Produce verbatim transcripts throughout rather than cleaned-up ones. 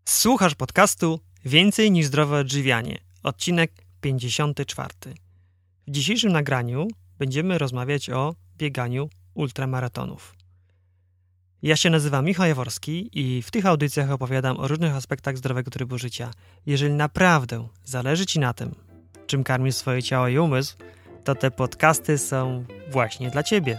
Słuchasz podcastu Więcej niż zdrowe odżywianie, odcinek pięćdziesiąty czwarty. W dzisiejszym nagraniu będziemy rozmawiać o bieganiu ultramaratonów. Ja się nazywam Michał Jaworski i w tych audycjach opowiadam o różnych aspektach zdrowego trybu życia. Jeżeli naprawdę zależy Ci na tym, czym karmisz swoje ciało i umysł, to te podcasty są właśnie dla Ciebie.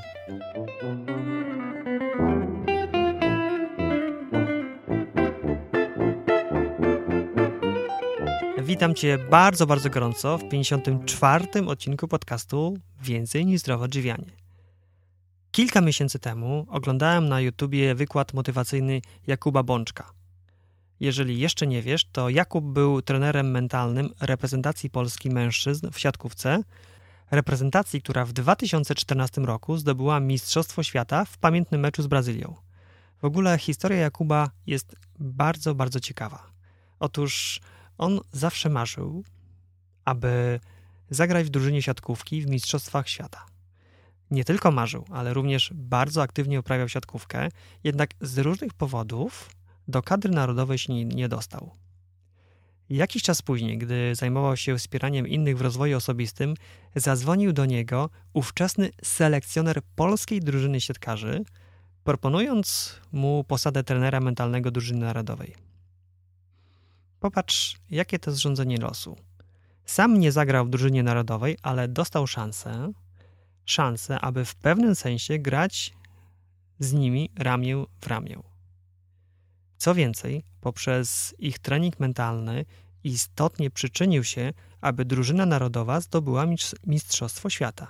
Witam Cię bardzo, bardzo gorąco w pięćdziesiątym czwartym odcinku podcastu Więcej niż zdrowe odżywianie. Kilka miesięcy temu oglądałem na YouTubie wykład motywacyjny Jakuba Bączka. Jeżeli jeszcze nie wiesz, to Jakub był trenerem mentalnym reprezentacji Polski mężczyzn w siatkówce, reprezentacji, która w dwa tysiące czternastym roku zdobyła Mistrzostwo Świata w pamiętnym meczu z Brazylią. W ogóle historia Jakuba jest bardzo, bardzo ciekawa. Otóż on zawsze marzył, aby zagrać w drużynie siatkówki w Mistrzostwach Świata. Nie tylko marzył, ale również bardzo aktywnie uprawiał siatkówkę, jednak z różnych powodów do kadry narodowej się nie, nie dostał. Jakiś czas później, gdy zajmował się wspieraniem innych w rozwoju osobistym, zadzwonił do niego ówczesny selekcjoner polskiej drużyny siatkarzy, proponując mu posadę trenera mentalnego drużyny narodowej. Popatrz, jakie to zrządzenie losu. Sam nie zagrał w drużynie narodowej, ale dostał szansę, szansę, aby w pewnym sensie grać z nimi ramię w ramię. Co więcej, poprzez ich trening mentalny istotnie przyczynił się, aby drużyna narodowa zdobyła Mistrzostwo Świata.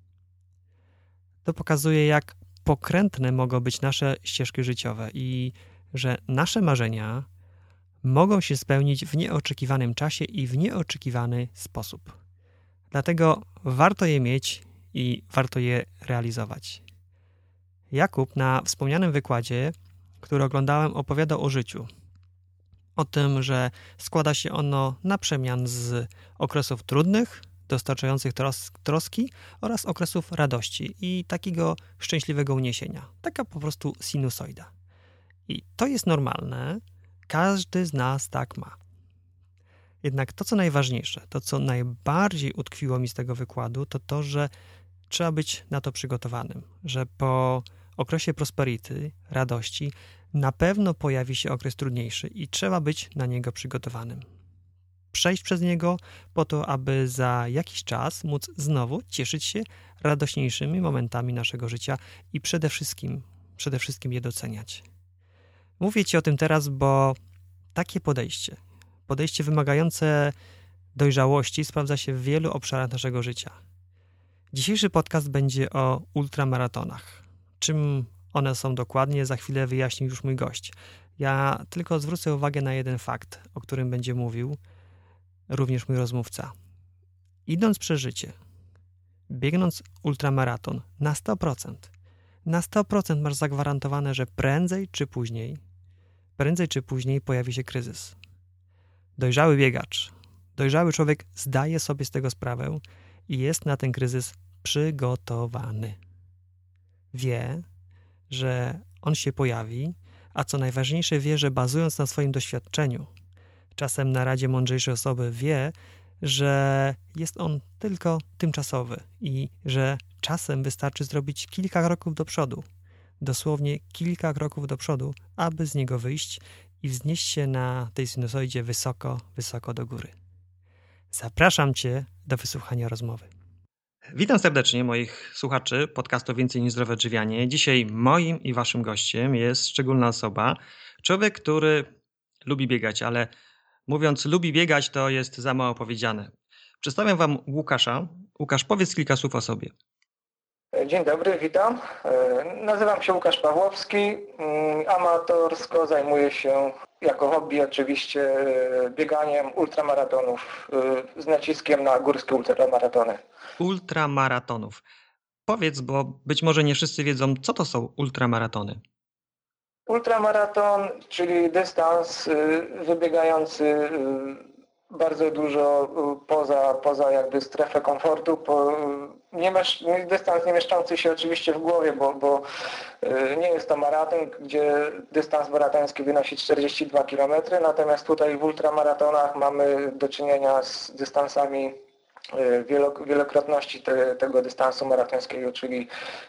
To pokazuje, jak pokrętne mogą być nasze ścieżki życiowe i że nasze marzenia mogą się spełnić w nieoczekiwanym czasie i w nieoczekiwany sposób. Dlatego warto je mieć i warto je realizować. Jakub na wspomnianym wykładzie, który oglądałem, opowiadał o życiu. O tym, że składa się ono na przemian z okresów trudnych, dostarczających tros- troski oraz okresów radości i takiego szczęśliwego uniesienia. Taka po prostu sinusoida. I to jest normalne. Każdy z nas tak ma. Jednak to, co najważniejsze, to, co najbardziej utkwiło mi z tego wykładu, to to, że trzeba być na to przygotowanym. Że po okresie prosperity, radości, na pewno pojawi się okres trudniejszy i trzeba być na niego przygotowanym. Przejść przez niego po to, aby za jakiś czas móc znowu cieszyć się radośniejszymi momentami naszego życia i przede wszystkim, przede wszystkim je doceniać. Mówię Ci o tym teraz, bo takie podejście, podejście wymagające dojrzałości sprawdza się w wielu obszarach naszego życia. Dzisiejszy podcast będzie o ultramaratonach. Czym one są dokładnie, za chwilę wyjaśni już mój gość. Ja tylko zwrócę uwagę na jeden fakt, o którym będzie mówił również mój rozmówca. Idąc przez życie, biegnąc ultramaraton na sto procent, na sto procent masz zagwarantowane, że prędzej czy później, prędzej czy później pojawi się kryzys. Dojrzały biegacz, dojrzały człowiek zdaje sobie z tego sprawę i jest na ten kryzys przygotowany. Wie, że on się pojawi, a co najważniejsze wie, że bazując na swoim doświadczeniu, czasem na radzie mądrzejszej osoby wie, że jest on tylko tymczasowy i że czasem wystarczy zrobić kilka kroków do przodu, dosłownie kilka kroków do przodu, aby z niego wyjść i wznieść się na tej sinusoidzie wysoko, wysoko do góry. Zapraszam Cię do wysłuchania rozmowy. Witam serdecznie moich słuchaczy podcastu Więcej niż zdrowe odżywianie. Dzisiaj moim i Waszym gościem jest szczególna osoba, człowiek, który lubi biegać, ale mówiąc lubi biegać, to jest za mało powiedziane. Przedstawiam Wam Łukasza. Łukasz, powiedz kilka słów o sobie. Dzień dobry, witam. Nazywam się Łukasz Pawłowski. Amatorsko zajmuję się jako hobby oczywiście bieganiem ultramaratonów z naciskiem na górskie ultramaratony. Ultramaratonów. Powiedz, bo być może nie wszyscy wiedzą, co to są ultramaratony. Ultramaraton, czyli dystans wybiegający bardzo dużo poza, poza jakby strefę komfortu, po, nie miesz, dystans nie mieszczący się oczywiście w głowie, bo, bo nie jest to maraton, gdzie dystans maratoński wynosi czterdzieści dwa kilometry, natomiast tutaj w ultramaratonach mamy do czynienia z dystansami wielokrotności te, tego dystansu maratońskiego, czyli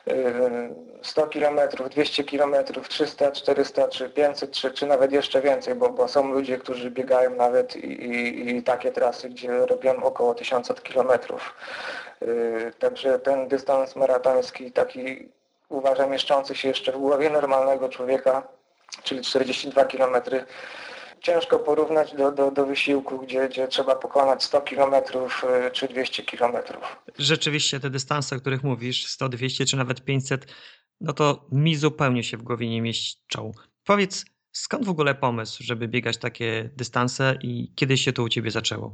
sto kilometrów, dwieście kilometrów, trzysta, czterysta, czy pięćset, czy, czy nawet jeszcze więcej, bo, bo są ludzie, którzy biegają nawet i, i, i takie trasy, gdzie robią około tysiąc kilometrów. Także ten dystans maratoński, taki uważam mieszczący się jeszcze w głowie normalnego człowieka, czyli czterdzieści dwa kilometry, ciężko porównać do, do, do wysiłku, gdzie, gdzie trzeba pokonać sto kilometrów czy dwieście kilometrów. Rzeczywiście te dystanse, o których mówisz, sto, dwieście czy nawet pięćset, no to mi zupełnie się w głowie nie mieszczą. Powiedz, skąd w ogóle pomysł, żeby biegać takie dystanse i kiedy się to u ciebie zaczęło?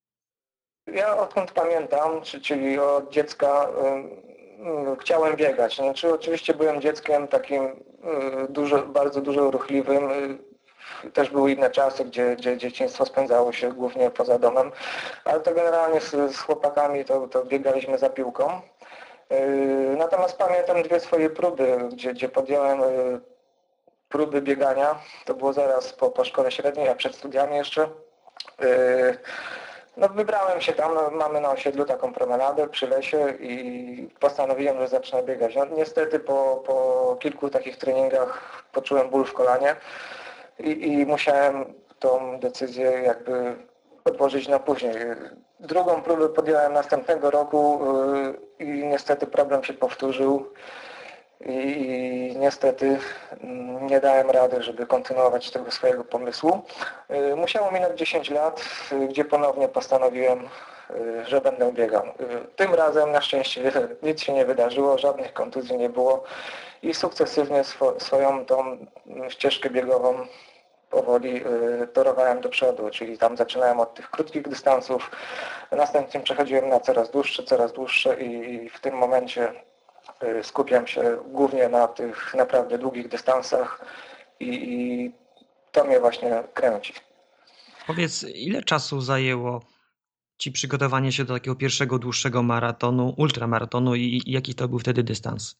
Ja odkąd pamiętam, czyli od dziecka um, chciałem biegać. Znaczy, oczywiście byłem dzieckiem takim um, dużo, bardzo dużo ruchliwym. Też były inne czasy, gdzie, gdzie dzieciństwo spędzało się głównie poza domem, ale to generalnie z, z chłopakami to, to biegaliśmy za piłką. Yy, natomiast pamiętam dwie swoje próby, gdzie, gdzie podjąłem yy, próby biegania. To było zaraz po, po szkole średniej, a przed studiami jeszcze. Yy, no wybrałem się tam, no, mamy na osiedlu taką promenadę przy lesie i postanowiłem, że zacznę biegać. No, niestety po, po kilku takich treningach poczułem ból w kolanie. I, I musiałem tą decyzję jakby odłożyć na później. Drugą próbę podjąłem następnego roku i niestety problem się powtórzył i, i niestety nie dałem rady, żeby kontynuować tego swojego pomysłu. Musiało minąć dziesięć lat, gdzie ponownie postanowiłem, że będę biegał. Tym razem na szczęście nic się nie wydarzyło, żadnych kontuzji nie było i sukcesywnie swo, swoją tą ścieżkę biegową powoli torowałem do przodu, czyli tam zaczynałem od tych krótkich dystansów, następnie przechodziłem na coraz dłuższe, coraz dłuższe i w tym momencie skupiam się głównie na tych naprawdę długich dystansach i, i to mnie właśnie kręci. Powiedz, ile czasu zajęło ci przygotowanie się do takiego pierwszego dłuższego maratonu, ultramaratonu i, i jaki to był wtedy dystans?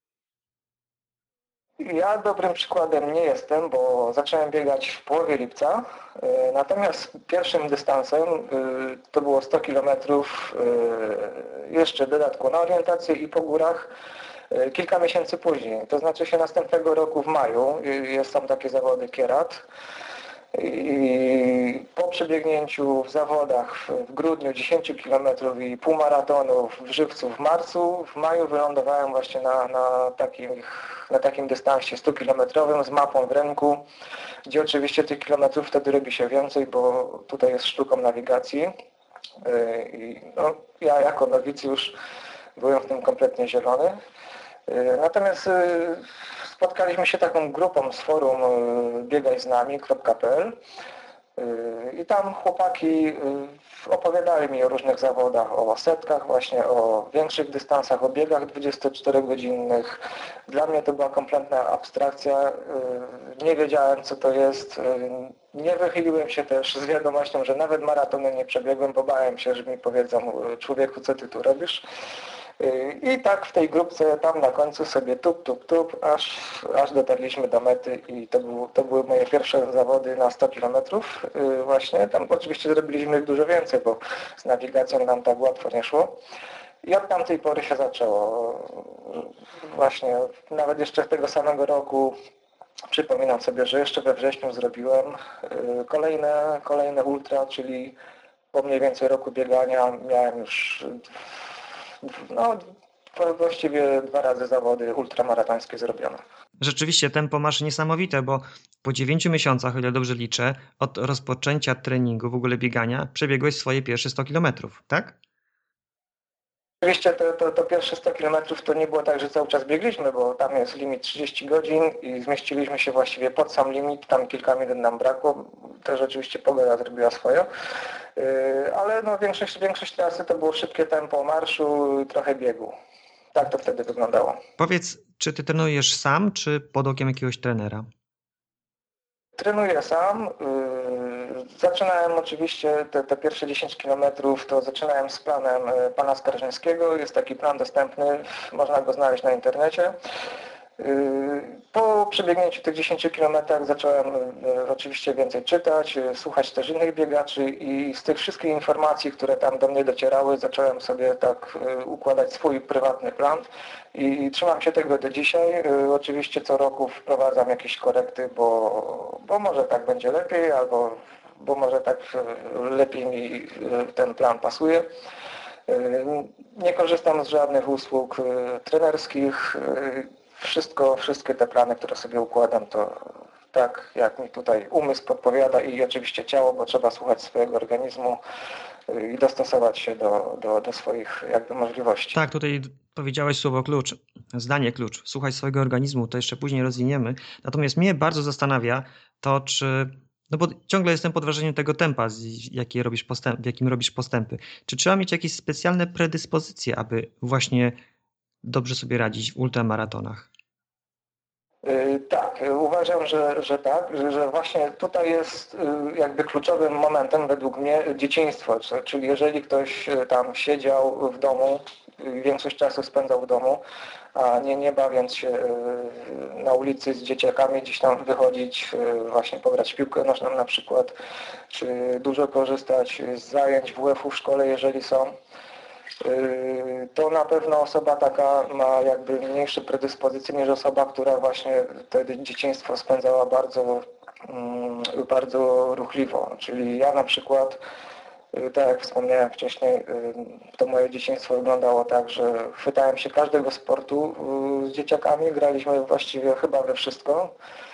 Ja dobrym przykładem nie jestem, bo zacząłem biegać w połowie lipca, natomiast pierwszym dystansem to było sto kilometrów, jeszcze dodatku na orientację i po górach kilka miesięcy później. To znaczy się następnego roku w maju, jest tam takie zawody Kierat. I po przebiegnięciu w zawodach w grudniu dziesięć kilometrów i półmaratonu w Żywcu w marcu, w maju wylądowałem właśnie na, na, takim, na takim dystansie stu kilometrowym z mapą w ręku, gdzie oczywiście tych kilometrów wtedy robi się więcej, bo tutaj jest sztuką nawigacji. I no, ja jako nowicjusz byłem w tym kompletnie zielony. Natomiast spotkaliśmy się taką grupą z forum biegaj z nami kropka p l i tam chłopaki opowiadali mi o różnych zawodach, o setkach, właśnie o większych dystansach, o biegach dwudziestoczterogodzinnych. Dla mnie to była kompletna abstrakcja. Nie wiedziałem, co to jest. Nie wychyliłem się też z wiadomością, że nawet maratonu nie przebiegłem, bo bałem się, że mi powiedzą: człowieku, co ty tu robisz? I tak w tej grupce tam na końcu sobie tup, tup, tup, aż, aż dotarliśmy do mety i to, był, to były moje pierwsze zawody na sto kilometrów właśnie. Tam oczywiście zrobiliśmy ich dużo więcej, bo z nawigacją nam tak łatwo nie szło. I od tamtej pory się zaczęło. Właśnie nawet jeszcze tego samego roku przypominam sobie, że jeszcze we wrześniu zrobiłem kolejne, kolejne ultra, czyli po mniej więcej roku biegania miałem już no, właściwie dwa razy zawody ultramaratońskie zrobione. Rzeczywiście tempo masz niesamowite, bo po dziewięciu miesiącach, o ile dobrze liczę, od rozpoczęcia treningu, w ogóle biegania, przebiegłeś swoje pierwsze sto kilometrów, tak? Oczywiście to, to, to pierwsze sto kilometrów to nie było tak, że cały czas biegliśmy, bo tam jest limit trzydzieści godzin i zmieściliśmy się właściwie pod sam limit, tam kilka minut nam brakło, też oczywiście pogoda zrobiła swoje, ale no większość, większość trasy to było szybkie tempo marszu i trochę biegu. Tak to wtedy wyglądało. Powiedz, czy ty trenujesz sam, czy pod okiem jakiegoś trenera? Trenuję sam. Zaczynałem oczywiście te, te pierwsze dziesięć kilometrów, to zaczynałem z planem pana Skarżyńskiego. Jest taki plan dostępny, można go znaleźć na internecie. Po przebiegnięciu tych dziesięciu kilometrach zacząłem oczywiście więcej czytać, słuchać też innych biegaczy i z tych wszystkich informacji, które tam do mnie docierały, zacząłem sobie tak układać swój prywatny plan i trzymam się tego do dzisiaj. Oczywiście co roku wprowadzam jakieś korekty, bo, bo może tak będzie lepiej, albo bo może tak lepiej mi ten plan pasuje. Nie korzystam z żadnych usług trenerskich. Wszystko, wszystkie te plany, które sobie układam, to tak jak mi tutaj umysł podpowiada i oczywiście ciało, bo trzeba słuchać swojego organizmu i dostosować się do, do, do swoich jakby możliwości. Tak, tutaj powiedziałeś słowo klucz, zdanie klucz. Słuchać swojego organizmu, to jeszcze później rozwiniemy. Natomiast mnie bardzo zastanawia to, czy... No bo ciągle jestem pod wrażeniem tego tempa, jakie robisz postęp, w jakim robisz postępy. Czy trzeba mieć jakieś specjalne predyspozycje, aby właśnie dobrze sobie radzić w ultramaratonach? Yy, tak, uważam, że, że tak, że, że właśnie tutaj jest yy, jakby kluczowym momentem według mnie dzieciństwo, czyli jeżeli ktoś tam siedział w domu, yy, większość czasu spędzał w domu, a nie, nie bawiąc się yy, na ulicy z dzieciakami, gdzieś tam wychodzić, yy, właśnie pograć w piłkę nożną na przykład, czy dużo korzystać z zajęć W F-u w szkole, jeżeli są, to na pewno osoba taka ma jakby mniejsze predyspozycje niż osoba, która właśnie wtedy dzieciństwo spędzała bardzo, bardzo ruchliwo. Czyli ja na przykład, tak jak wspomniałem wcześniej, to moje dzieciństwo wyglądało tak, że chwytałem się każdego sportu z dzieciakami, graliśmy właściwie chyba we wszystko.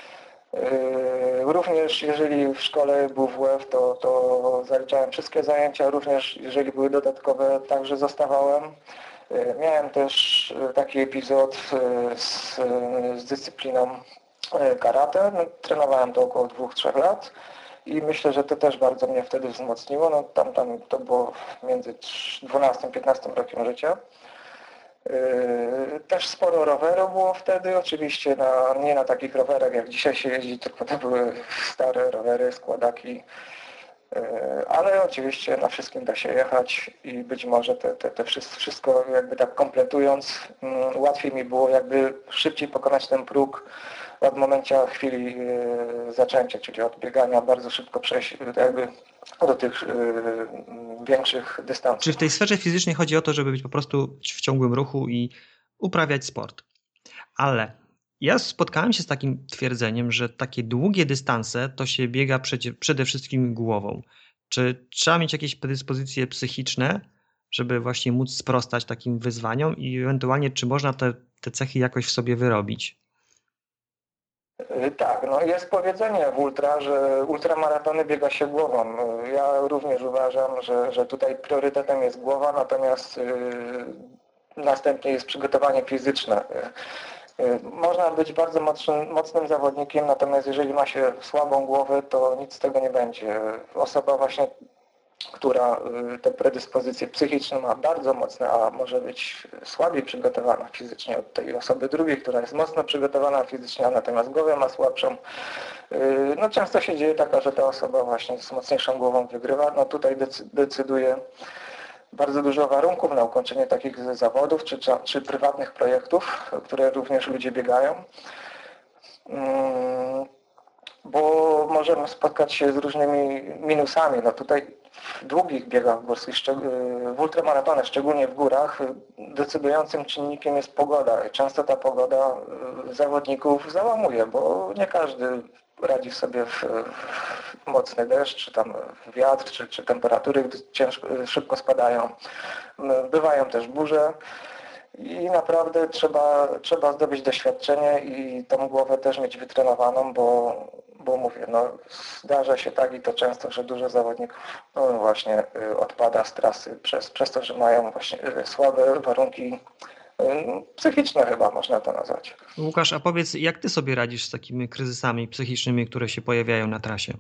Również jeżeli w szkole był W F, to, to zaliczałem wszystkie zajęcia, również jeżeli były dodatkowe, także zostawałem. Miałem też taki epizod z, z dyscypliną karate. No, trenowałem to około dwóch, trzech lat i myślę, że to też bardzo mnie wtedy wzmocniło. No, tam, tam to było między dwunastym a piętnastym rokiem życia. Też sporo rowerów było wtedy, oczywiście na, nie na takich rowerach jak dzisiaj się jeździ, tylko to były stare rowery, składaki, ale oczywiście na wszystkim da się jechać i być może te, te, te wszystko jakby tak kompletując, łatwiej mi było jakby szybciej pokonać ten próg od momencia chwili zaczęcia, czyli od biegania, bardzo szybko przejść jakby do tych większych dystansów. Czy w tej sferze fizycznej chodzi o to, żeby być po prostu w ciągłym ruchu i uprawiać sport? Ale ja spotkałem się z takim twierdzeniem, że takie długie dystanse to się biega przecie, przede wszystkim głową. Czy trzeba mieć jakieś predyspozycje psychiczne, żeby właśnie móc sprostać takim wyzwaniom i ewentualnie czy można te, te cechy jakoś w sobie wyrobić? Tak, no jest powiedzenie w ultra, że ultramaratony biega się głową. Ja również uważam, że, że tutaj priorytetem jest głowa, natomiast yy, następnie jest przygotowanie fizyczne. Yy, można być bardzo mocnym, mocnym zawodnikiem, natomiast jeżeli ma się słabą głowę, to nic z tego nie będzie. Osoba właśnie, która te predyspozycje psychiczne ma bardzo mocne, a może być słabiej przygotowana fizycznie od tej osoby drugiej, która jest mocno przygotowana fizycznie, a natomiast głowę ma słabszą. No często się dzieje taka, że ta osoba właśnie z mocniejszą głową wygrywa. No tutaj decyduje bardzo dużo warunków na ukończenie takich zawodów czy, czy, czy prywatnych projektów, które również ludzie biegają. Bo możemy spotkać się z różnymi minusami. No tutaj w długich biegach górskich, w ultramaratonach, szczególnie w górach, decydującym czynnikiem jest pogoda. Często ta pogoda zawodników załamuje, bo nie każdy radzi sobie w, w mocny deszcz, czy tam wiatr, czy, czy temperatury ciężko, szybko spadają. Bywają też burze. I naprawdę trzeba, trzeba zdobyć doświadczenie i tą głowę też mieć wytrenowaną, bo, bo mówię, no zdarza się tak i to często, że dużo zawodników no właśnie odpada z trasy przez, przez to, że mają właśnie słabe warunki psychiczne chyba można to nazwać. Łukasz, a powiedz, jak ty sobie radzisz z takimi kryzysami psychicznymi, które się pojawiają na trasie?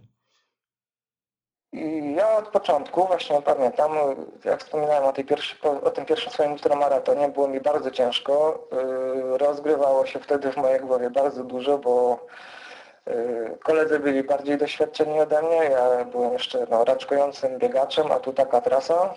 I ja od początku właśnie pamiętam, jak wspominałem o, tej pierwszy, o tym pierwszym swoim ultramaratonie, było mi bardzo ciężko. Rozgrywało się wtedy w mojej głowie bardzo dużo, bo Koledzy byli bardziej doświadczeni ode mnie, ja byłem jeszcze no, raczkującym biegaczem, a tu taka trasa.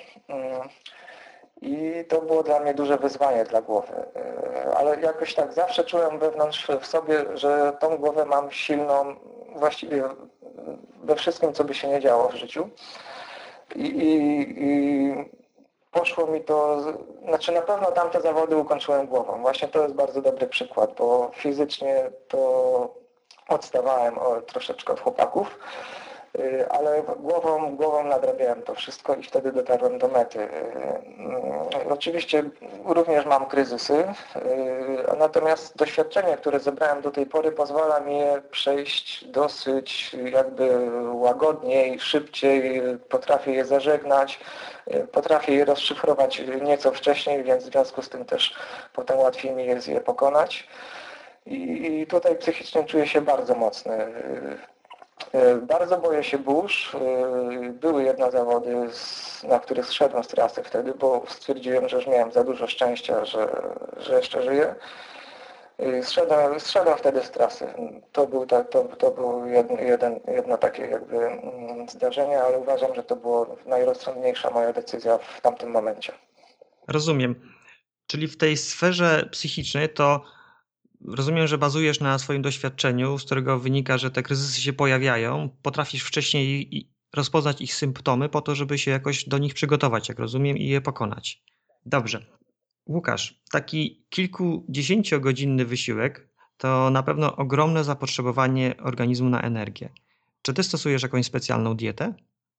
I to było dla mnie duże wyzwanie dla głowy. Ale jakoś tak zawsze czułem wewnątrz w sobie, że tą głowę mam silną właściwie we wszystkim, co by się nie działo w życiu. I, i, i poszło mi to, znaczy na pewno tamte zawody ukończyłem głową. Właśnie to jest bardzo dobry przykład, bo fizycznie to odstawałem troszeczkę od chłopaków, ale głową, głową nadrabiałem to wszystko i wtedy dotarłem do mety. Oczywiście również mam kryzysy, natomiast doświadczenie, które zebrałem do tej pory, pozwala mi je przejść dosyć jakby łagodniej, szybciej, potrafię je zażegnać, potrafię je rozszyfrować nieco wcześniej, więc w związku z tym też potem łatwiej mi jest je pokonać. I tutaj psychicznie czuję się bardzo mocny. Bardzo boję się burz. Były jedne zawody, na których zszedłem z trasy wtedy, bo stwierdziłem, że już miałem za dużo szczęścia, że, że jeszcze żyję. Zszedłem, zszedłem wtedy z trasy. To był, to, to był jeden, jeden, jedno takie jakby zdarzenie, ale uważam, że to była najrozsądniejsza moja decyzja w tamtym momencie. Rozumiem. Czyli w tej sferze psychicznej to rozumiem, że bazujesz na swoim doświadczeniu, z którego wynika, że te kryzysy się pojawiają. Potrafisz wcześniej rozpoznać ich symptomy po to, żeby się jakoś do nich przygotować, jak rozumiem, i je pokonać. Dobrze. Łukasz, taki kilkudziesięciogodzinny wysiłek to na pewno ogromne zapotrzebowanie organizmu na energię. Czy ty stosujesz jakąś specjalną dietę?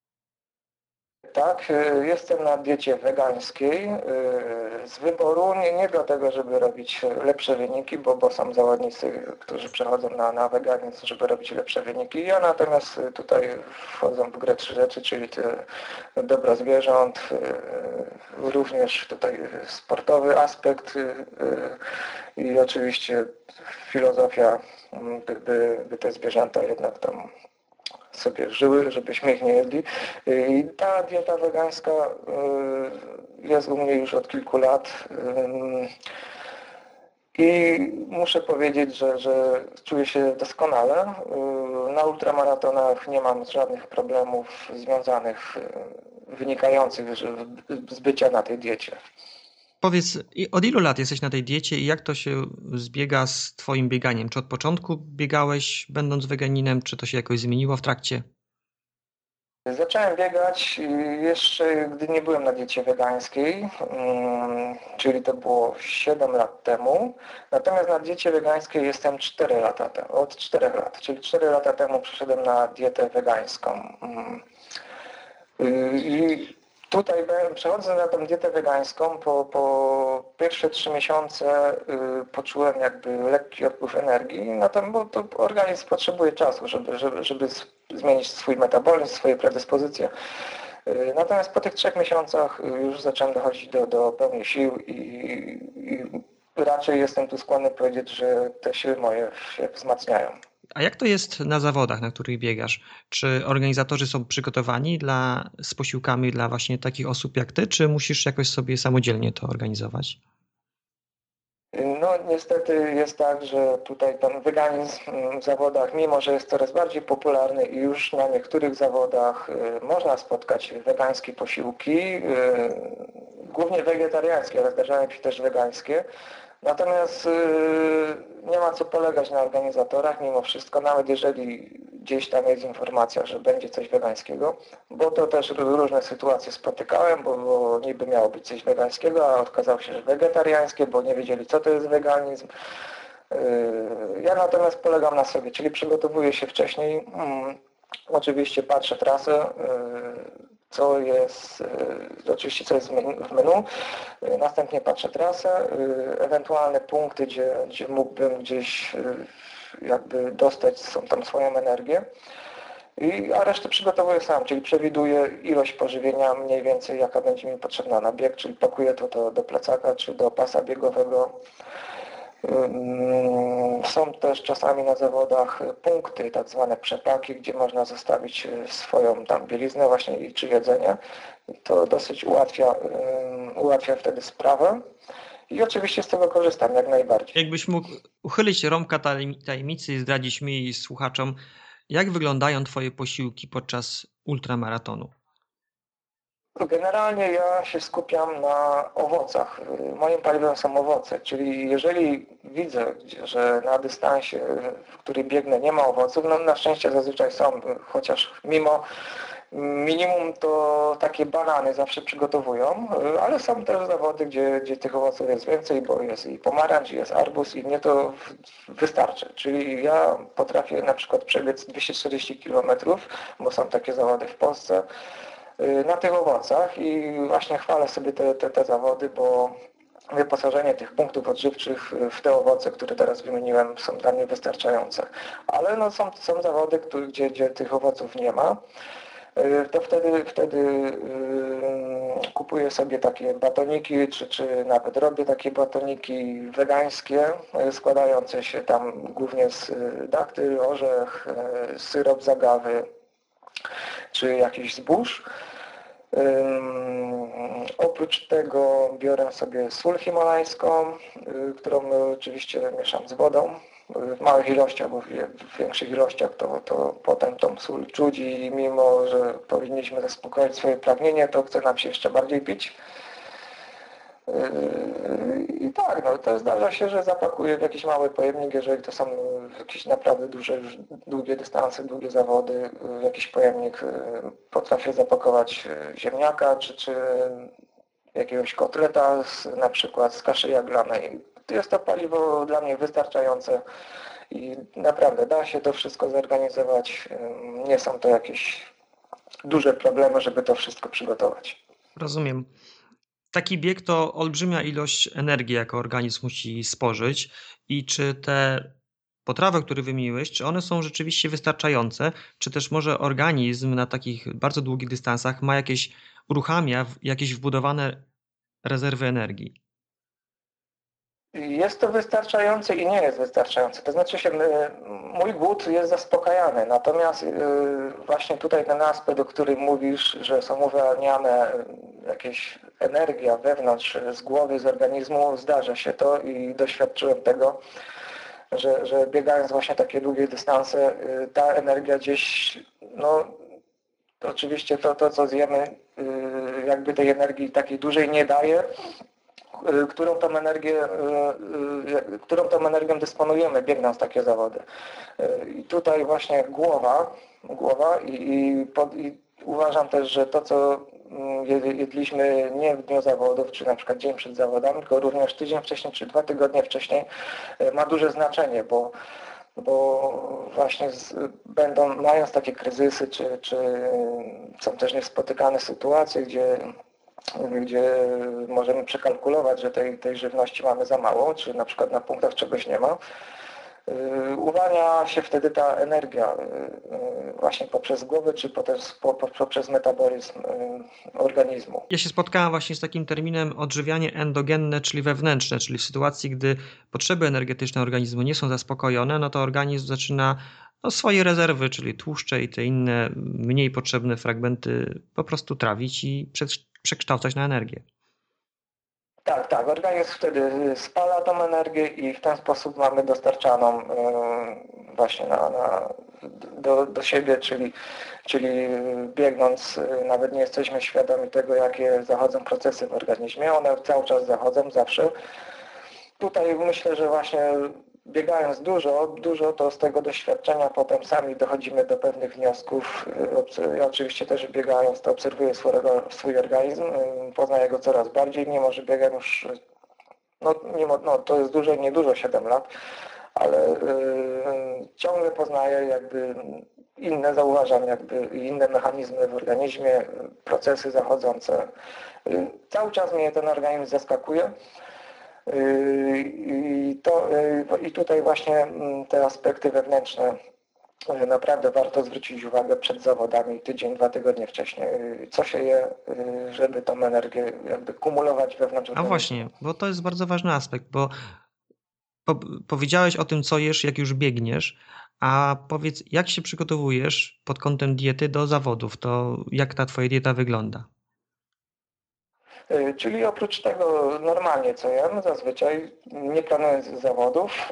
Tak, jestem na diecie wegańskiej z wyboru, nie, nie dlatego, żeby robić lepsze wyniki, bo, bo są zawodnicy, którzy przechodzą na, na weganizm, żeby robić lepsze wyniki. Ja natomiast tutaj wchodzą w grę trzy rzeczy, czyli te dobro zwierząt, również tutaj sportowy aspekt i oczywiście filozofia, by, by te zwierzęta jednak tam sobie żyły, żebyśmy ich nie jedli. I ta dieta wegańska jest u mnie już od kilku lat. I muszę powiedzieć, że, że czuję się doskonale. Na ultramaratonach nie mam żadnych problemów związanych, wynikających z bycia na tej diecie. Powiedz, od ilu lat jesteś na tej diecie i jak to się zbiega z twoim bieganiem? Czy od początku biegałeś będąc weganinem, czy to się jakoś zmieniło w trakcie? Zacząłem biegać jeszcze, gdy nie byłem na diecie wegańskiej, czyli to było siedem lat temu. Natomiast na diecie wegańskiej jestem cztery lata temu, od czterech lat, czyli cztery lata temu przeszedłem na dietę wegańską. I tutaj przechodząc na tę dietę wegańską, po, po pierwsze trzy miesiące poczułem jakby lekki odpływ energii, no to, bo to organizm potrzebuje czasu, żeby, żeby, żeby zmienić swój metabolizm, swoje predyspozycje. Natomiast po tych trzech miesiącach już zacząłem dochodzić do, do pełni sił i, i raczej jestem tu skłonny powiedzieć, że te siły moje się wzmacniają. A jak to jest na zawodach, na których biegasz? Czy organizatorzy są przygotowani dla, z posiłkami dla właśnie takich osób jak ty, czy musisz jakoś sobie samodzielnie to organizować? No niestety jest tak, że tutaj ten weganizm w zawodach, mimo że jest coraz bardziej popularny i już na niektórych zawodach można spotkać wegańskie posiłki, głównie wegetariańskie, ale zdarzają się też wegańskie. Natomiast nie ma co polegać na organizatorach mimo wszystko, nawet jeżeli gdzieś tam jest informacja, że będzie coś wegańskiego, bo to też różne sytuacje spotykałem, bo, bo niby miało być coś wegańskiego, a okazało się, że wegetariańskie, bo nie wiedzieli, co to jest weganizm. Ja natomiast polegam na sobie, czyli przygotowuję się wcześniej, oczywiście patrzę trasę, co jest, oczywiście co jest w menu, następnie patrzę trasę, ewentualne punkty, gdzie, gdzie mógłbym gdzieś jakby dostać tam swoją energię, I, a resztę przygotowuję sam, czyli przewiduję ilość pożywienia mniej więcej jaka będzie mi potrzebna na bieg, czyli pakuję to do, do plecaka czy do pasa biegowego. Są też czasami na zawodach punkty, tak zwane przepaki, gdzie można zostawić swoją tam bieliznę właśnie i czy jedzenie. To dosyć ułatwia, ułatwia wtedy sprawę. i oczywiście z tego korzystam jak najbardziej. Jakbyś mógł uchylić rąbka tajemnicy i zdradzić mi i słuchaczom, jak wyglądają twoje posiłki podczas ultramaratonu? Generalnie ja się skupiam na owocach. Moim paliwem są owoce, czyli jeżeli widzę, że na dystansie, w którym biegnę, nie ma owoców, no na szczęście zazwyczaj są, chociaż mimo minimum to takie banany zawsze przygotowują, ale są też zawody, gdzie, gdzie tych owoców jest więcej, bo jest i pomarańcz, jest arbuz i mnie to wystarczy. Czyli ja potrafię na przykład przebiec dwieście czterdzieści kilometrów, bo są takie zawody w Polsce, na tych owocach i właśnie chwalę sobie te, te, te zawody, bo wyposażenie tych punktów odżywczych w te owoce, które teraz wymieniłem, są dla mnie wystarczające. Ale no są, są zawody, które, gdzie, gdzie tych owoców nie ma. To wtedy, wtedy yy, kupuję sobie takie batoniki, czy, czy nawet robię takie batoniki wegańskie, składające się tam głównie z daktyl, orzech, syrop z agawy, czy jakiś zbóż. Um, oprócz tego biorę sobie sól himalajską, y, którą oczywiście mieszam z wodą w małych ilościach, bo w, w większych ilościach to, to potem tą sól czuć i mimo, że powinniśmy zaspokoić swoje pragnienie, to chce nam się jeszcze bardziej pić. I tak, no to zdarza się, że zapakuję w jakiś mały pojemnik, jeżeli to są jakieś naprawdę duże, długie dystanse, długie zawody, w jakiś pojemnik potrafię zapakować ziemniaka, czy, czy jakiegoś kotleta, z, na przykład z kaszy jaglanej. Jest to paliwo dla mnie wystarczające i naprawdę da się to wszystko zorganizować. Nie są to jakieś duże problemy, żeby to wszystko przygotować. Rozumiem. Taki bieg to olbrzymia ilość energii, jaką organizm musi spożyć i czy te potrawy, które wymieniłeś, czy one są rzeczywiście wystarczające, czy też może organizm na takich bardzo długich dystansach ma jakieś, uruchamia jakieś wbudowane rezerwy energii? Jest to wystarczające i nie jest wystarczające. To znaczy się, mój głód jest zaspokajany, natomiast właśnie tutaj ten aspekt, o którym mówisz, że są uwalniane jakieś energia wewnątrz, z głowy, z organizmu, zdarza się to i doświadczyłem tego, że, że biegając właśnie takie długie dystanse, ta energia gdzieś, no to oczywiście to, to co zjemy, jakby tej energii takiej dużej nie daje, którą tą energię, którą tą energią dysponujemy, biegnąc takie zawody. I tutaj właśnie głowa, głowa i, i, pod, i uważam też, że to, co jedliśmy nie w dniu zawodów, czy na przykład dzień przed zawodami, tylko również tydzień wcześniej, czy dwa tygodnie wcześniej, ma duże znaczenie, bo bo właśnie z, będą, mając takie kryzysy, czy, czy są też niespotykane sytuacje, gdzie gdzie możemy przekalkulować, że tej, tej żywności mamy za mało, czy na przykład na punktach czegoś nie ma. Uwalnia się wtedy ta energia właśnie poprzez głowę, czy poprzez metabolizm organizmu. Ja się spotkałem właśnie z takim terminem odżywianie endogenne, czyli wewnętrzne, czyli w sytuacji, gdy potrzeby energetyczne organizmu nie są zaspokojone, no to organizm zaczyna no, swoje rezerwy, czyli tłuszcze i te inne mniej potrzebne fragmenty po prostu trawić i przekształcać na energię. Tak, tak. Organizm wtedy spala tą energię i w ten sposób mamy dostarczaną właśnie na, na, do, do siebie, czyli, czyli biegnąc nawet nie jesteśmy świadomi tego, jakie zachodzą procesy w organizmie. One cały czas zachodzą, zawsze. Tutaj myślę, że właśnie biegając dużo, dużo to z tego doświadczenia potem sami dochodzimy do pewnych wniosków. Ja oczywiście też biegając to obserwuję swojego, swój organizm, poznaję go coraz bardziej, mimo że biegam już, no, mimo, no to jest dużo, niedużo, siedem lat, ale yy, ciągle poznaję jakby inne, zauważam jakby inne mechanizmy w organizmie, procesy zachodzące. Yy, cały czas mnie ten organizm zaskakuje. I, to, I tutaj właśnie te aspekty wewnętrzne naprawdę warto zwrócić uwagę przed zawodami tydzień, dwa tygodnie wcześniej. Co się je, żeby tą energię jakby kumulować wewnątrz organizmu. A właśnie, bo to jest bardzo ważny aspekt, bo po, powiedziałeś o tym, co jesz, jak już biegniesz, a powiedz, jak się przygotowujesz pod kątem diety do zawodów, to jak ta twoja dieta wygląda? Czyli oprócz tego normalnie co jem, zazwyczaj nie planując zawodów,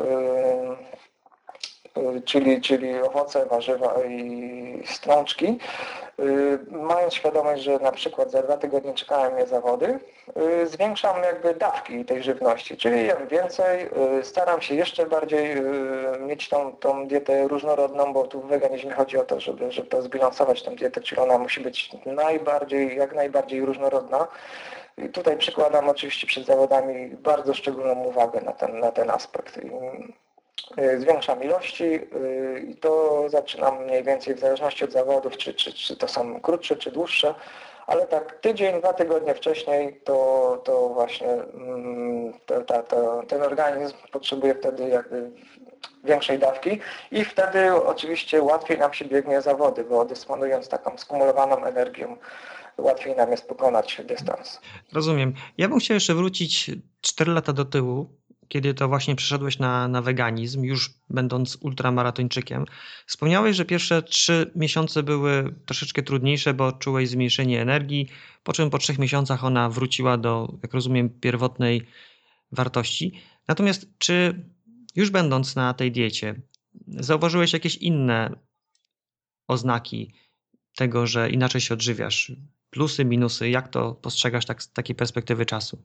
czyli, czyli owoce, warzywa i strączki, mając świadomość, że na przykład za dwa tygodnie czekają mnie zawody, zwiększam jakby dawki tej żywności, czyli jem więcej, staram się jeszcze bardziej mieć tą, tą dietę różnorodną, bo tu w weganizmie chodzi o to, żeby, żeby to zbilansować tę dietę, czyli ona musi być najbardziej, jak najbardziej różnorodna. I tutaj przykładam oczywiście przed zawodami bardzo szczególną uwagę na ten, na ten aspekt. Zwiększam ilości i to zaczynam mniej więcej w zależności od zawodów, czy, czy, czy to są krótsze, czy dłuższe, ale tak tydzień, dwa tygodnie wcześniej to, to właśnie to, to, to, ten organizm potrzebuje wtedy jakby większej dawki i wtedy oczywiście łatwiej nam się biegnie zawody, bo dysponując taką skumulowaną energią łatwiej nam jest pokonać dystans. Rozumiem. Ja bym chciał jeszcze wrócić cztery lata do tyłu, kiedy to właśnie przeszedłeś na, na weganizm, już będąc ultramaratończykiem. Wspomniałeś, że pierwsze trzy miesiące były troszeczkę trudniejsze, bo czułeś zmniejszenie energii, po czym po trzech miesiącach ona wróciła do, jak rozumiem, pierwotnej wartości. Natomiast czy już będąc na tej diecie, zauważyłeś jakieś inne oznaki tego, że inaczej się odżywiasz? Plusy, minusy, jak to postrzegasz tak, z takiej perspektywy czasu?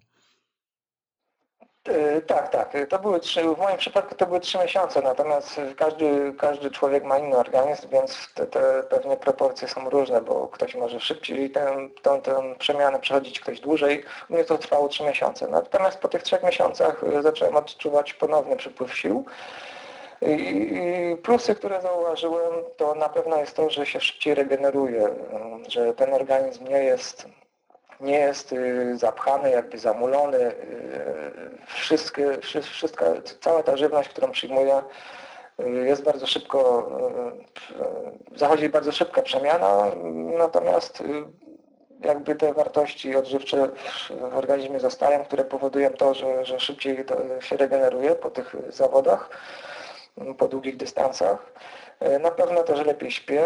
Tak, tak. To były trzy, w moim przypadku to były trzy miesiące, natomiast każdy, każdy człowiek ma inny organizm, więc te, te pewnie proporcje są różne, bo ktoś może szybciej tę, tę, tę przemianę przechodzić, ktoś dłużej. U mnie to trwało trzy miesiące. Natomiast po tych trzech miesiącach zacząłem odczuwać ponowny przypływ sił. I plusy, które zauważyłem, to na pewno jest to, że się szybciej regeneruje, że ten organizm nie jest nie jest zapchany, jakby zamulony. Wszystkie, wszystka, cała ta żywność, którą przyjmuję, jest bardzo szybko, zachodzi bardzo szybka przemiana, natomiast jakby te wartości odżywcze w organizmie zostają, które powodują to, że, że szybciej to się regeneruje po tych zawodach, po długich dystansach. Na pewno też lepiej śpię.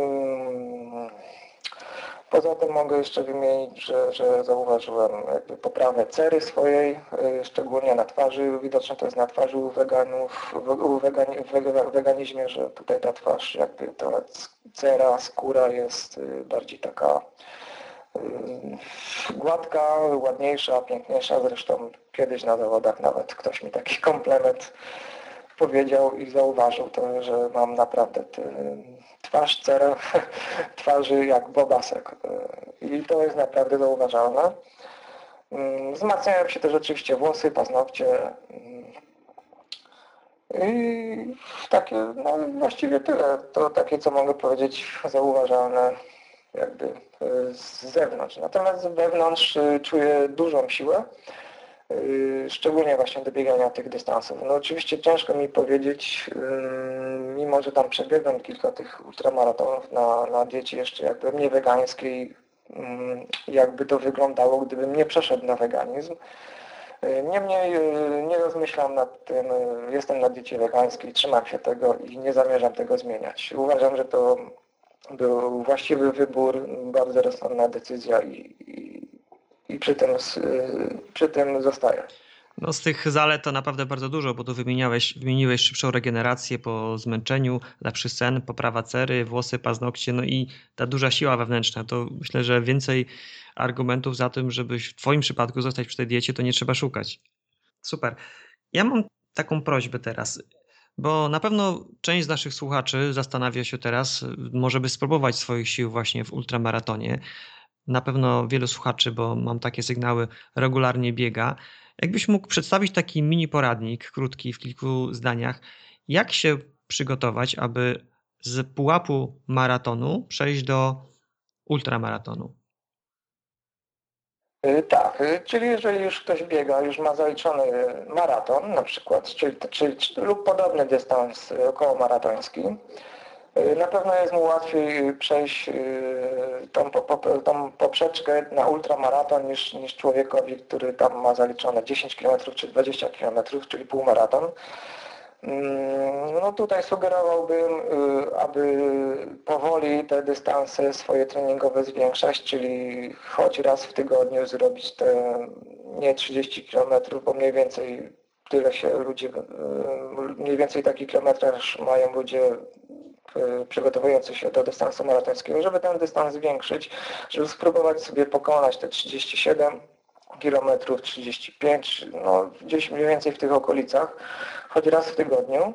Poza tym mogę jeszcze wymienić, że, że zauważyłem jakby poprawę cery swojej, szczególnie na twarzy. Widoczne to jest na twarzy u weganów, u wegani, w weganizmie, że tutaj ta twarz, jakby ta cera, skóra jest bardziej taka gładka, ładniejsza, piękniejsza. Zresztą kiedyś na zawodach nawet ktoś mi taki komplement powiedział i zauważył to, że mam naprawdę twarz, cerę twarzy jak bobasek. I to jest naprawdę zauważalne. Wzmacniają się też oczywiście włosy, paznokcie. I takie, no właściwie tyle. To takie, co mogę powiedzieć, zauważalne jakby z zewnątrz. Natomiast wewnątrz czuję dużą siłę. Szczególnie właśnie do biegania tych dystansów. No oczywiście ciężko mi powiedzieć, mimo że tam przebiegłem kilka tych ultramaratonów na, na diecie jeszcze jakby nie wegańskiej, jakby to wyglądało, gdybym nie przeszedł na weganizm. Niemniej nie rozmyślam nad tym, jestem na diecie wegańskiej, trzymam się tego i nie zamierzam tego zmieniać. Uważam, że to był właściwy wybór, bardzo rozsądna decyzja i, i I przy tym, przy tym zostaję. No z tych zalet to naprawdę bardzo dużo, bo tu wymieniałeś, wymieniłeś szybszą regenerację po zmęczeniu, lepszy sen, poprawa cery, włosy, paznokcie, no i ta duża siła wewnętrzna. To myślę, że więcej argumentów za tym, żebyś w twoim przypadku zostać przy tej diecie, to nie trzeba szukać. Super. Ja mam taką prośbę teraz, bo na pewno część z naszych słuchaczy zastanawia się teraz, może by spróbować swoich sił właśnie w ultramaratonie. Na pewno wielu słuchaczy, bo mam takie sygnały, regularnie biega. Jakbyś mógł przedstawić taki mini poradnik, krótki, w kilku zdaniach, jak się przygotować, aby z pułapu maratonu przejść do ultramaratonu? Tak, czyli jeżeli już ktoś biega, już ma zaliczony maraton na przykład, czyli, czyli, lub podobny dystans okołomaratoński, na pewno jest mu łatwiej przejść tą, tą poprzeczkę na ultramaraton niż, niż człowiekowi, który tam ma zaliczone dziesięć kilometrów czy dwadzieścia kilometrów, czyli półmaraton. No tutaj sugerowałbym, aby powoli te dystanse swoje treningowe zwiększać, czyli choć raz w tygodniu zrobić te nie trzydzieści kilometrów, bo mniej więcej tyle się ludzie, mniej więcej taki kilometraż mają ludzie przygotowujący się do dystansu maratońskiego, żeby ten dystans zwiększyć, żeby spróbować sobie pokonać te trzydzieści siedem kilometrów, trzydzieści pięć, no gdzieś mniej więcej w tych okolicach, choć raz w tygodniu.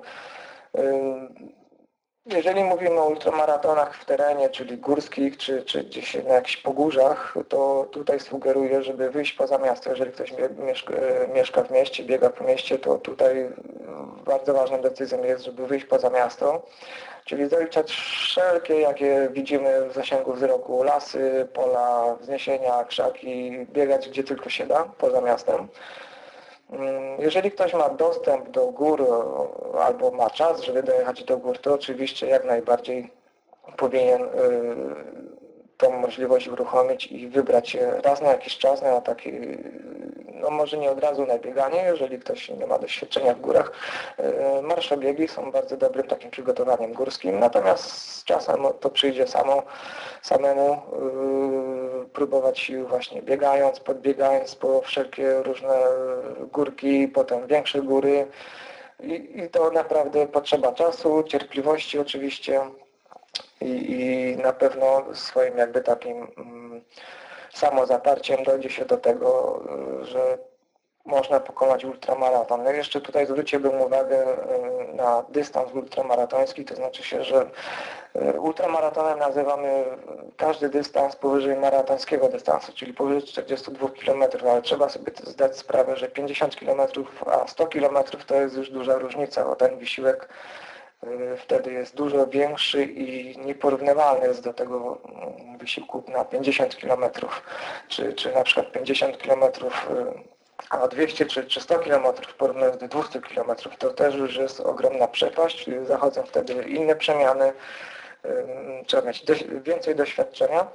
Jeżeli mówimy o ultramaratonach w terenie, czyli górskich, czy, czy gdzieś na jakichś pogórzach, to tutaj sugeruję, żeby wyjść poza miasto. Jeżeli ktoś mieszka, mieszka w mieście, biega po mieście, to tutaj bardzo ważną decyzją jest, żeby wyjść poza miasto, czyli zaliczać wszelkie, jakie widzimy w zasięgu wzroku, lasy, pola, wzniesienia, krzaki, biegać gdzie tylko się da, poza miastem. Jeżeli ktoś ma dostęp do gór albo ma czas, żeby dojechać do gór, to oczywiście jak najbardziej powinien tą możliwość uruchomić i wybrać się raz na jakiś czas na taki, no może nie od razu na bieganie, jeżeli ktoś nie ma doświadczenia w górach. Marszobiegi są bardzo dobrym takim przygotowaniem górskim, natomiast z czasem to przyjdzie samo, samemu próbować sił właśnie biegając, podbiegając po wszelkie różne górki, potem większe góry i, i to naprawdę potrzeba czasu, cierpliwości oczywiście. I, I na pewno swoim jakby takim mm, samozaparciem dojdzie się do tego, że można pokonać ultramaraton. No jeszcze tutaj zwróciłbym uwagę na dystans ultramaratoński, to znaczy się, że ultramaratonem nazywamy każdy dystans powyżej maratońskiego dystansu, czyli powyżej czterdzieści dwa kilometrów, ale trzeba sobie zdać sprawę, że pięćdziesiąt kilometrów a sto kilometrów to jest już duża różnica, bo ten wysiłek wtedy jest dużo większy i nieporównywalny jest do tego wysiłku na pięćdziesiąt kilometrów, czy, czy na przykład pięćdziesiąt kilometrów, a dwieście czy, czy sto kilometrów porównując do dwieście kilometrów, to też już jest ogromna przepaść, zachodzą wtedy inne przemiany, trzeba mieć dość, więcej doświadczenia.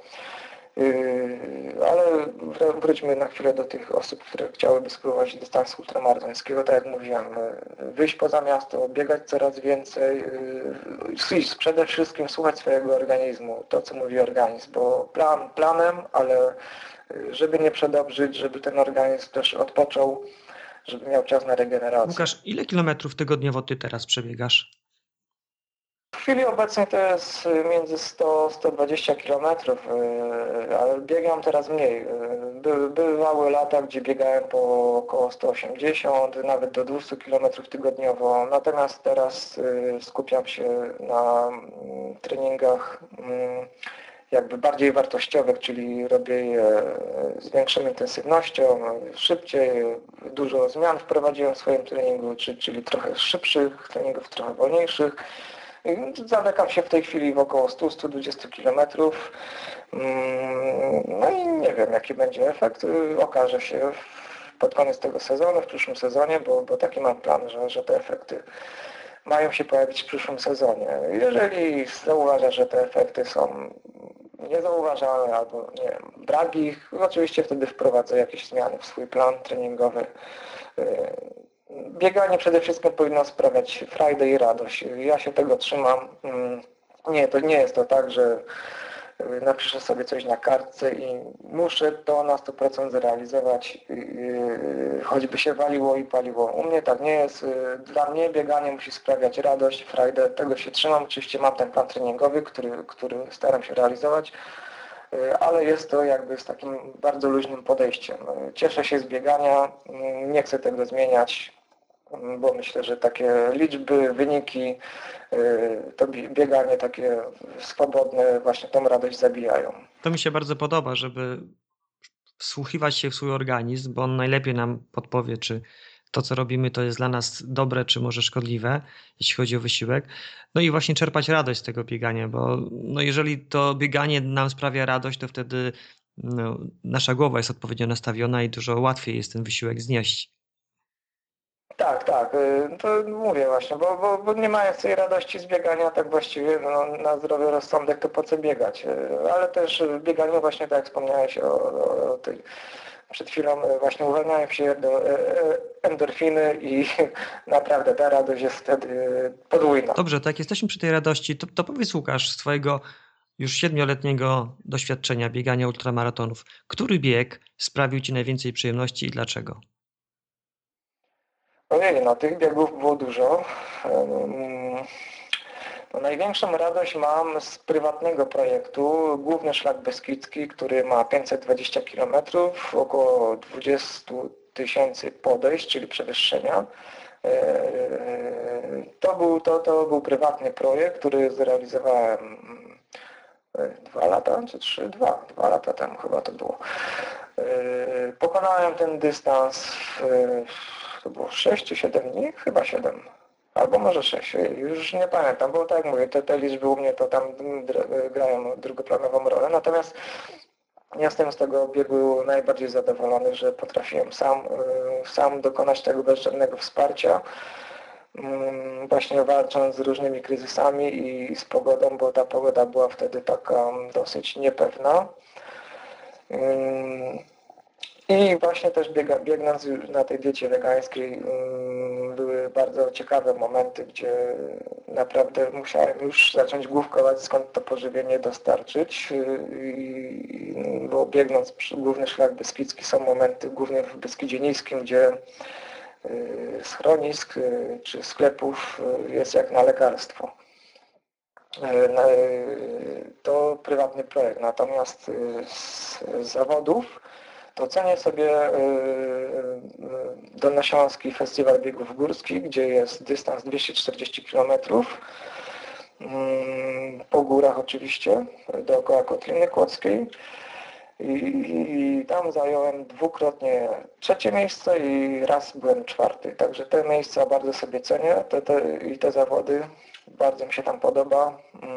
Ale wróćmy na chwilę do tych osób, które chciałyby spróbować dystansu ultramaratońskiego. Tak jak mówiłem, wyjść poza miasto, biegać coraz więcej, przede wszystkim słuchać swojego organizmu, to co mówi organizm, bo plan planem, ale żeby nie przedobrzyć, żeby ten organizm też odpoczął, żeby miał czas na regenerację. Łukasz, ile kilometrów tygodniowo ty teraz przebiegasz? W chwili obecnej to jest między sto a sto dwadzieścia kilometrów, ale biegam teraz mniej. By, bywały lata, gdzie biegałem po około sto osiemdziesiąt, nawet do dwieście kilometrów tygodniowo. Natomiast teraz skupiam się na treningach jakby bardziej wartościowych, czyli robię je z większą intensywnością, szybciej, dużo zmian wprowadziłem w swoim treningu, czyli trochę szybszych treningów, trochę wolniejszych. Zamykam się w tej chwili w około sto do stu dwudziestu kilometrów. No i nie wiem, jaki będzie efekt. Okaże się pod koniec tego sezonu, w przyszłym sezonie, bo, bo taki mam plan, że, że te efekty mają się pojawić w przyszłym sezonie. Jeżeli zauważa, że te efekty są niezauważalne albo nie wiem, brak ich, oczywiście wtedy wprowadzę jakieś zmiany w swój plan treningowy. Bieganie przede wszystkim powinno sprawiać frajdę i radość. Ja się tego trzymam. Nie, to nie jest to tak, że napiszę sobie coś na kartce i muszę to na sto procent zrealizować, choćby się waliło i paliło. U mnie tak nie jest. Dla mnie bieganie musi sprawiać radość, frajdę. Tego się trzymam. Oczywiście mam ten plan treningowy, który, który staram się realizować, ale jest to jakby z takim bardzo luźnym podejściem. Cieszę się z biegania, nie chcę tego zmieniać, bo myślę, że takie liczby, wyniki, to bieganie takie swobodne właśnie tą radość zabijają. To mi się bardzo podoba, żeby wsłuchiwać się w swój organizm, bo on najlepiej nam podpowie, czy to, co robimy, to jest dla nas dobre, czy może szkodliwe, jeśli chodzi o wysiłek. No i właśnie czerpać radość z tego biegania, bo no jeżeli to bieganie nam sprawia radość, to wtedy no, nasza głowa jest odpowiednio nastawiona i dużo łatwiej jest ten wysiłek znieść. Tak, tak, to mówię właśnie, bo, bo, bo nie mając tej radości z biegania, tak właściwie no, na zdrowy rozsądek to po co biegać, ale też w bieganiu właśnie, tak jak wspomniałeś o, o tej przed chwilą właśnie uwalniają się do endorfiny i naprawdę ta radość jest wtedy podwójna. Dobrze, to jak jesteśmy przy tej radości, to, to powiedz Łukasz, z twojego już siedmioletniego doświadczenia biegania ultramaratonów, który bieg sprawił ci najwięcej przyjemności i dlaczego? Ojej, no tych biegów było dużo. No, największą radość mam z prywatnego projektu, Główny Szlak Beskidzki, który ma pięćset dwadzieścia kilometrów, około dwadzieścia tysięcy podejść, czyli przewyższenia. To był, to, to był prywatny projekt, który zrealizowałem dwa lata, czy trzy, dwa, dwa lata temu chyba to było. Pokonałem ten dystans w, to było sześć czy siedem dni? Chyba siedem. Albo może sześć, już nie pamiętam, bo tak jak mówię, te, te liczby u mnie to tam grają drugoplanową rolę, natomiast jestem z tego biegu najbardziej zadowolony, że potrafiłem sam, sam dokonać tego bez żadnego wsparcia, właśnie walcząc z różnymi kryzysami i z pogodą, bo ta pogoda była wtedy taka dosyć niepewna. I właśnie też biega, biegnąc na tej diecie wegańskiej były bardzo ciekawe momenty, gdzie naprawdę musiałem już zacząć główkować, skąd to pożywienie dostarczyć, I, bo biegnąc przy Główny Szlak Beskidzki są momenty, głównie w Beskidzie Niskim, gdzie schronisk czy sklepów jest jak na lekarstwo. To prywatny projekt, natomiast z zawodów to cenię sobie Dolnośląski Festiwal Biegów Górskich, gdzie jest dystans dwieście czterdzieści kilometrów, po górach oczywiście, dookoła Kotliny Kłodzkiej. I, I tam zająłem dwukrotnie trzecie miejsce i raz byłem czwarty. Także te miejsca bardzo sobie cenię te, te, i te zawody bardzo mi się tam podoba.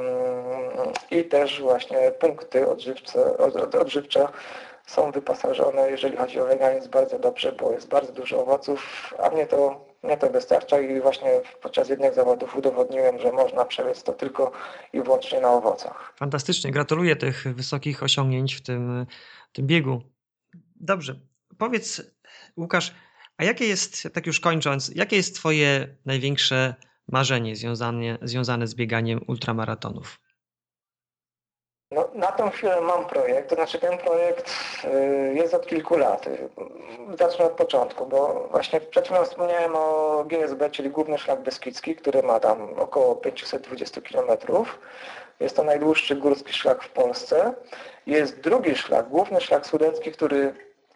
I też właśnie punkty odżywcze, od, odżywcze są wyposażone, jeżeli chodzi o weganizm, bardzo dobrze, bo jest bardzo dużo owoców, a mnie to, mnie to wystarcza i właśnie podczas jednych zawodów udowodniłem, że można przebiec to tylko i wyłącznie na owocach. Fantastycznie, gratuluję tych wysokich osiągnięć w tym, tym biegu. Dobrze, powiedz Łukasz, a jakie jest, tak już kończąc, jakie jest twoje największe marzenie związane, związane z bieganiem ultramaratonów? No, na tą chwilę mam projekt, to znaczy ten projekt jest od kilku lat. Zacznę od początku, bo właśnie przed chwilą wspomniałem o G S B, czyli Główny Szlak Beskidzki, który ma tam około pięćset dwadzieścia kilometrów. Jest to najdłuższy górski szlak w Polsce. Jest drugi szlak, Główny Szlak Sudecki, który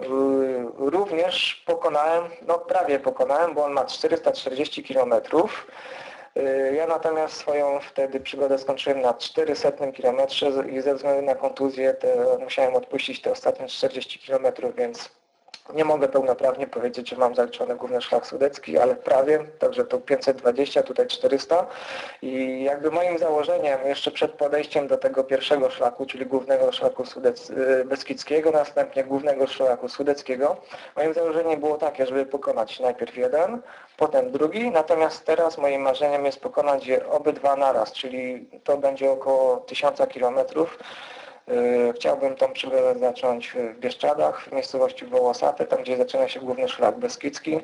również pokonałem, no prawie pokonałem, bo on ma czterysta czterdzieści kilometrów. Ja natomiast swoją wtedy przygodę skończyłem na czterysetnym kilometrze i ze względu na kontuzję te, musiałem odpuścić te ostatnie czterdzieści kilometrów, więc nie mogę pełnoprawnie powiedzieć, że mam zaliczony Główny Szlak Sudecki, ale prawie, także to pięćset dwadzieścia, tutaj czterysta. I jakby moim założeniem jeszcze przed podejściem do tego pierwszego szlaku, czyli Głównego Szlaku Sudec Beskidzkiego, następnie Głównego Szlaku Sudeckiego, moim założeniem było takie, żeby pokonać najpierw jeden, potem drugi, natomiast teraz moim marzeniem jest pokonać je obydwa naraz, czyli to będzie około tysiąca kilometrów. Chciałbym tą przygodę zacząć w Bieszczadach, w miejscowości Wołosate, tam gdzie zaczyna się Główny Szlak Beskidzki,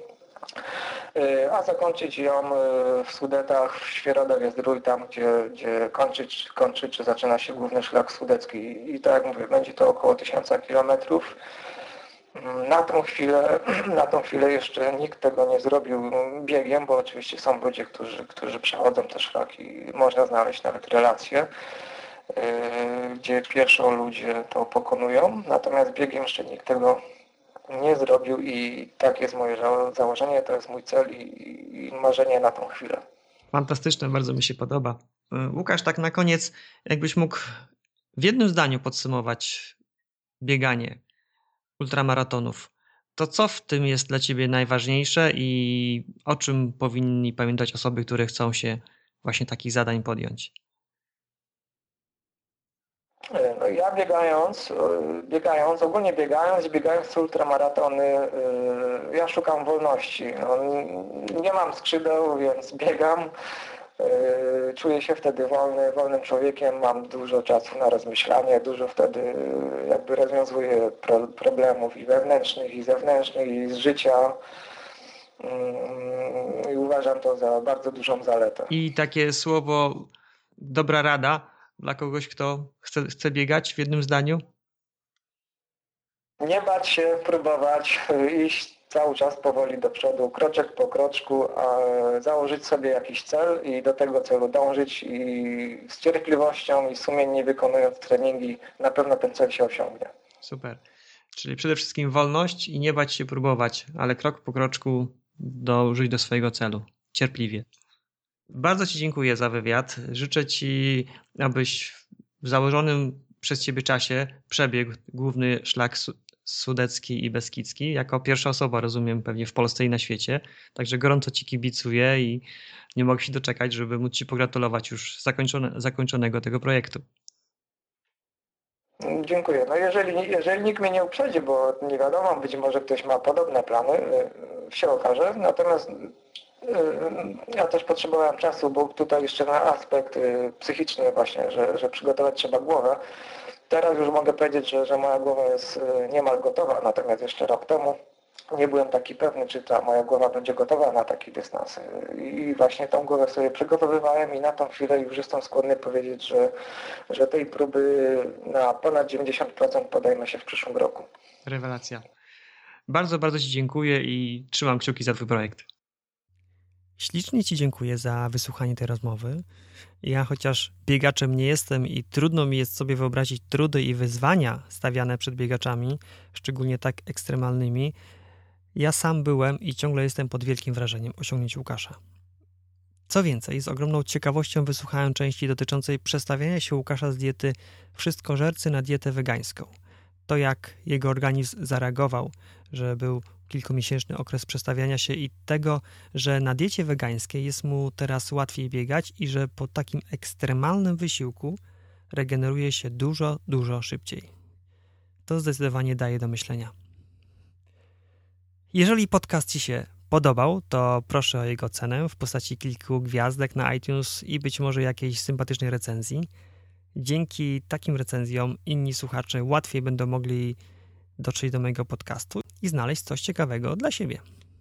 a zakończyć ją w Sudetach, w Świerodowie-Zdrój, tam gdzie, gdzie kończy, kończy czy zaczyna się Główny Szlak Sudecki. I tak jak mówię, będzie to około tysiąca kilometrów. Na tą chwilę, na tą chwilę jeszcze nikt tego nie zrobił biegiem, bo oczywiście są ludzie, którzy, którzy przechodzą te szlaki, można znaleźć nawet relacje, gdzie pieszo ludzie to pokonują, natomiast biegiem jeszcze nikt tego nie zrobił i tak jest moje założenie, to jest mój cel i, i marzenie na tą chwilę. Fantastyczne, bardzo mi się podoba. Łukasz, tak na koniec, jakbyś mógł w jednym zdaniu podsumować bieganie ultramaratonów, to co w tym jest dla ciebie najważniejsze i o czym powinni pamiętać osoby, które chcą się właśnie takich zadań podjąć? No ja biegając, biegając, ogólnie biegając, biegając ultramaratony, ja szukam wolności. No, nie mam skrzydeł, więc biegam. Czuję się wtedy wolny, wolnym człowiekiem, mam dużo czasu na rozmyślanie, dużo wtedy jakby rozwiązuję pro, problemów i wewnętrznych, i zewnętrznych, i z życia. I uważam to za bardzo dużą zaletę. I takie słowo, dobra rada dla kogoś, kto chce, chce biegać w jednym zdaniu? Nie bać się, próbować, iść cały czas powoli do przodu, kroczek po kroczku, a założyć sobie jakiś cel i do tego celu dążyć i z cierpliwością i sumiennie wykonując treningi na pewno ten cel się osiągnie. Super. Czyli przede wszystkim wolność i nie bać się próbować, ale krok po kroczku dążyć do swojego celu. Cierpliwie. Bardzo Ci dziękuję za wywiad. Życzę Ci, abyś w założonym przez Ciebie czasie przebiegł główny szlak sudecki i beskidzki. Jako pierwsza osoba, rozumiem, pewnie w Polsce i na świecie. Także gorąco Ci kibicuję i nie mogę się doczekać, żeby móc Ci pogratulować już zakończone, zakończonego tego projektu. Dziękuję. No jeżeli, jeżeli nikt mnie nie uprzedzi, bo nie wiadomo, być może ktoś ma podobne plany, się okaże. Natomiast ja też potrzebowałem czasu, bo tutaj jeszcze na aspekt psychiczny właśnie, że, że przygotować trzeba głowę. Teraz już mogę powiedzieć, że, że moja głowa jest niemal gotowa, natomiast jeszcze rok temu nie byłem taki pewny, czy ta moja głowa będzie gotowa na taki dystans. I właśnie tą głowę sobie przygotowywałem i na tą chwilę już jestem skłonny powiedzieć, że, że tej próby na ponad dziewięćdziesiąt procent podejmę się w przyszłym roku. Rewelacja. Bardzo, bardzo Ci dziękuję i trzymam kciuki za Twój projekt. Ślicznie Ci dziękuję za wysłuchanie tej rozmowy. Ja chociaż biegaczem nie jestem i trudno mi jest sobie wyobrazić trudy i wyzwania stawiane przed biegaczami, szczególnie tak ekstremalnymi, ja sam byłem i ciągle jestem pod wielkim wrażeniem osiągnięć Łukasza. Co więcej, z ogromną ciekawością wysłuchałem części dotyczącej przestawiania się Łukasza z diety wszystkożercy na dietę wegańską. To jak jego organizm zareagował, że był kilkumiesięczny okres przestawiania się i tego, że na diecie wegańskiej jest mu teraz łatwiej biegać i że po takim ekstremalnym wysiłku regeneruje się dużo, dużo szybciej. To zdecydowanie daje do myślenia. Jeżeli podcast Ci się podobał, to proszę o jego cenę w postaci kilku gwiazdek na iTunes i być może jakiejś sympatycznej recenzji. Dzięki takim recenzjom inni słuchacze łatwiej będą mogli dotrzeć do mojego podcastu i znaleźć coś ciekawego dla siebie.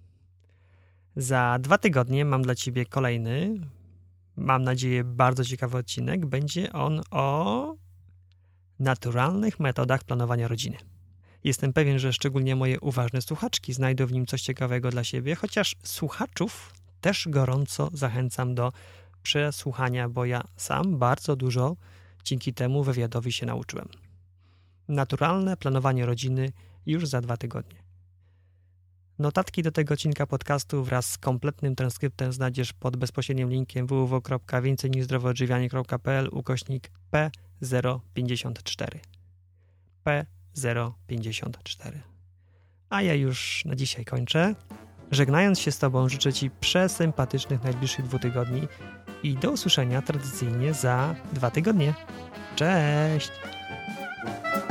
Za dwa tygodnie mam dla Ciebie kolejny, mam nadzieję, bardzo ciekawy odcinek. Będzie on o naturalnych metodach planowania rodziny. Jestem pewien, że szczególnie moje uważne słuchaczki znajdą w nim coś ciekawego dla siebie, chociaż słuchaczów też gorąco zachęcam do przesłuchania, bo ja sam bardzo dużo dzięki temu wywiadowi się nauczyłem. Naturalne planowanie rodziny już za dwa tygodnie. Notatki do tego odcinka podcastu wraz z kompletnym transkryptem znajdziesz pod bezpośrednim linkiem www kropka więcej niż zdrowe odżywianie kropka p l ukośnik P zero pięćdziesiąt cztery. P zero pięćdziesiąt cztery. A ja już na dzisiaj kończę. Żegnając się z Tobą, życzę Ci przesympatycznych najbliższych dwóch tygodni i do usłyszenia tradycyjnie za dwa tygodnie. Cześć!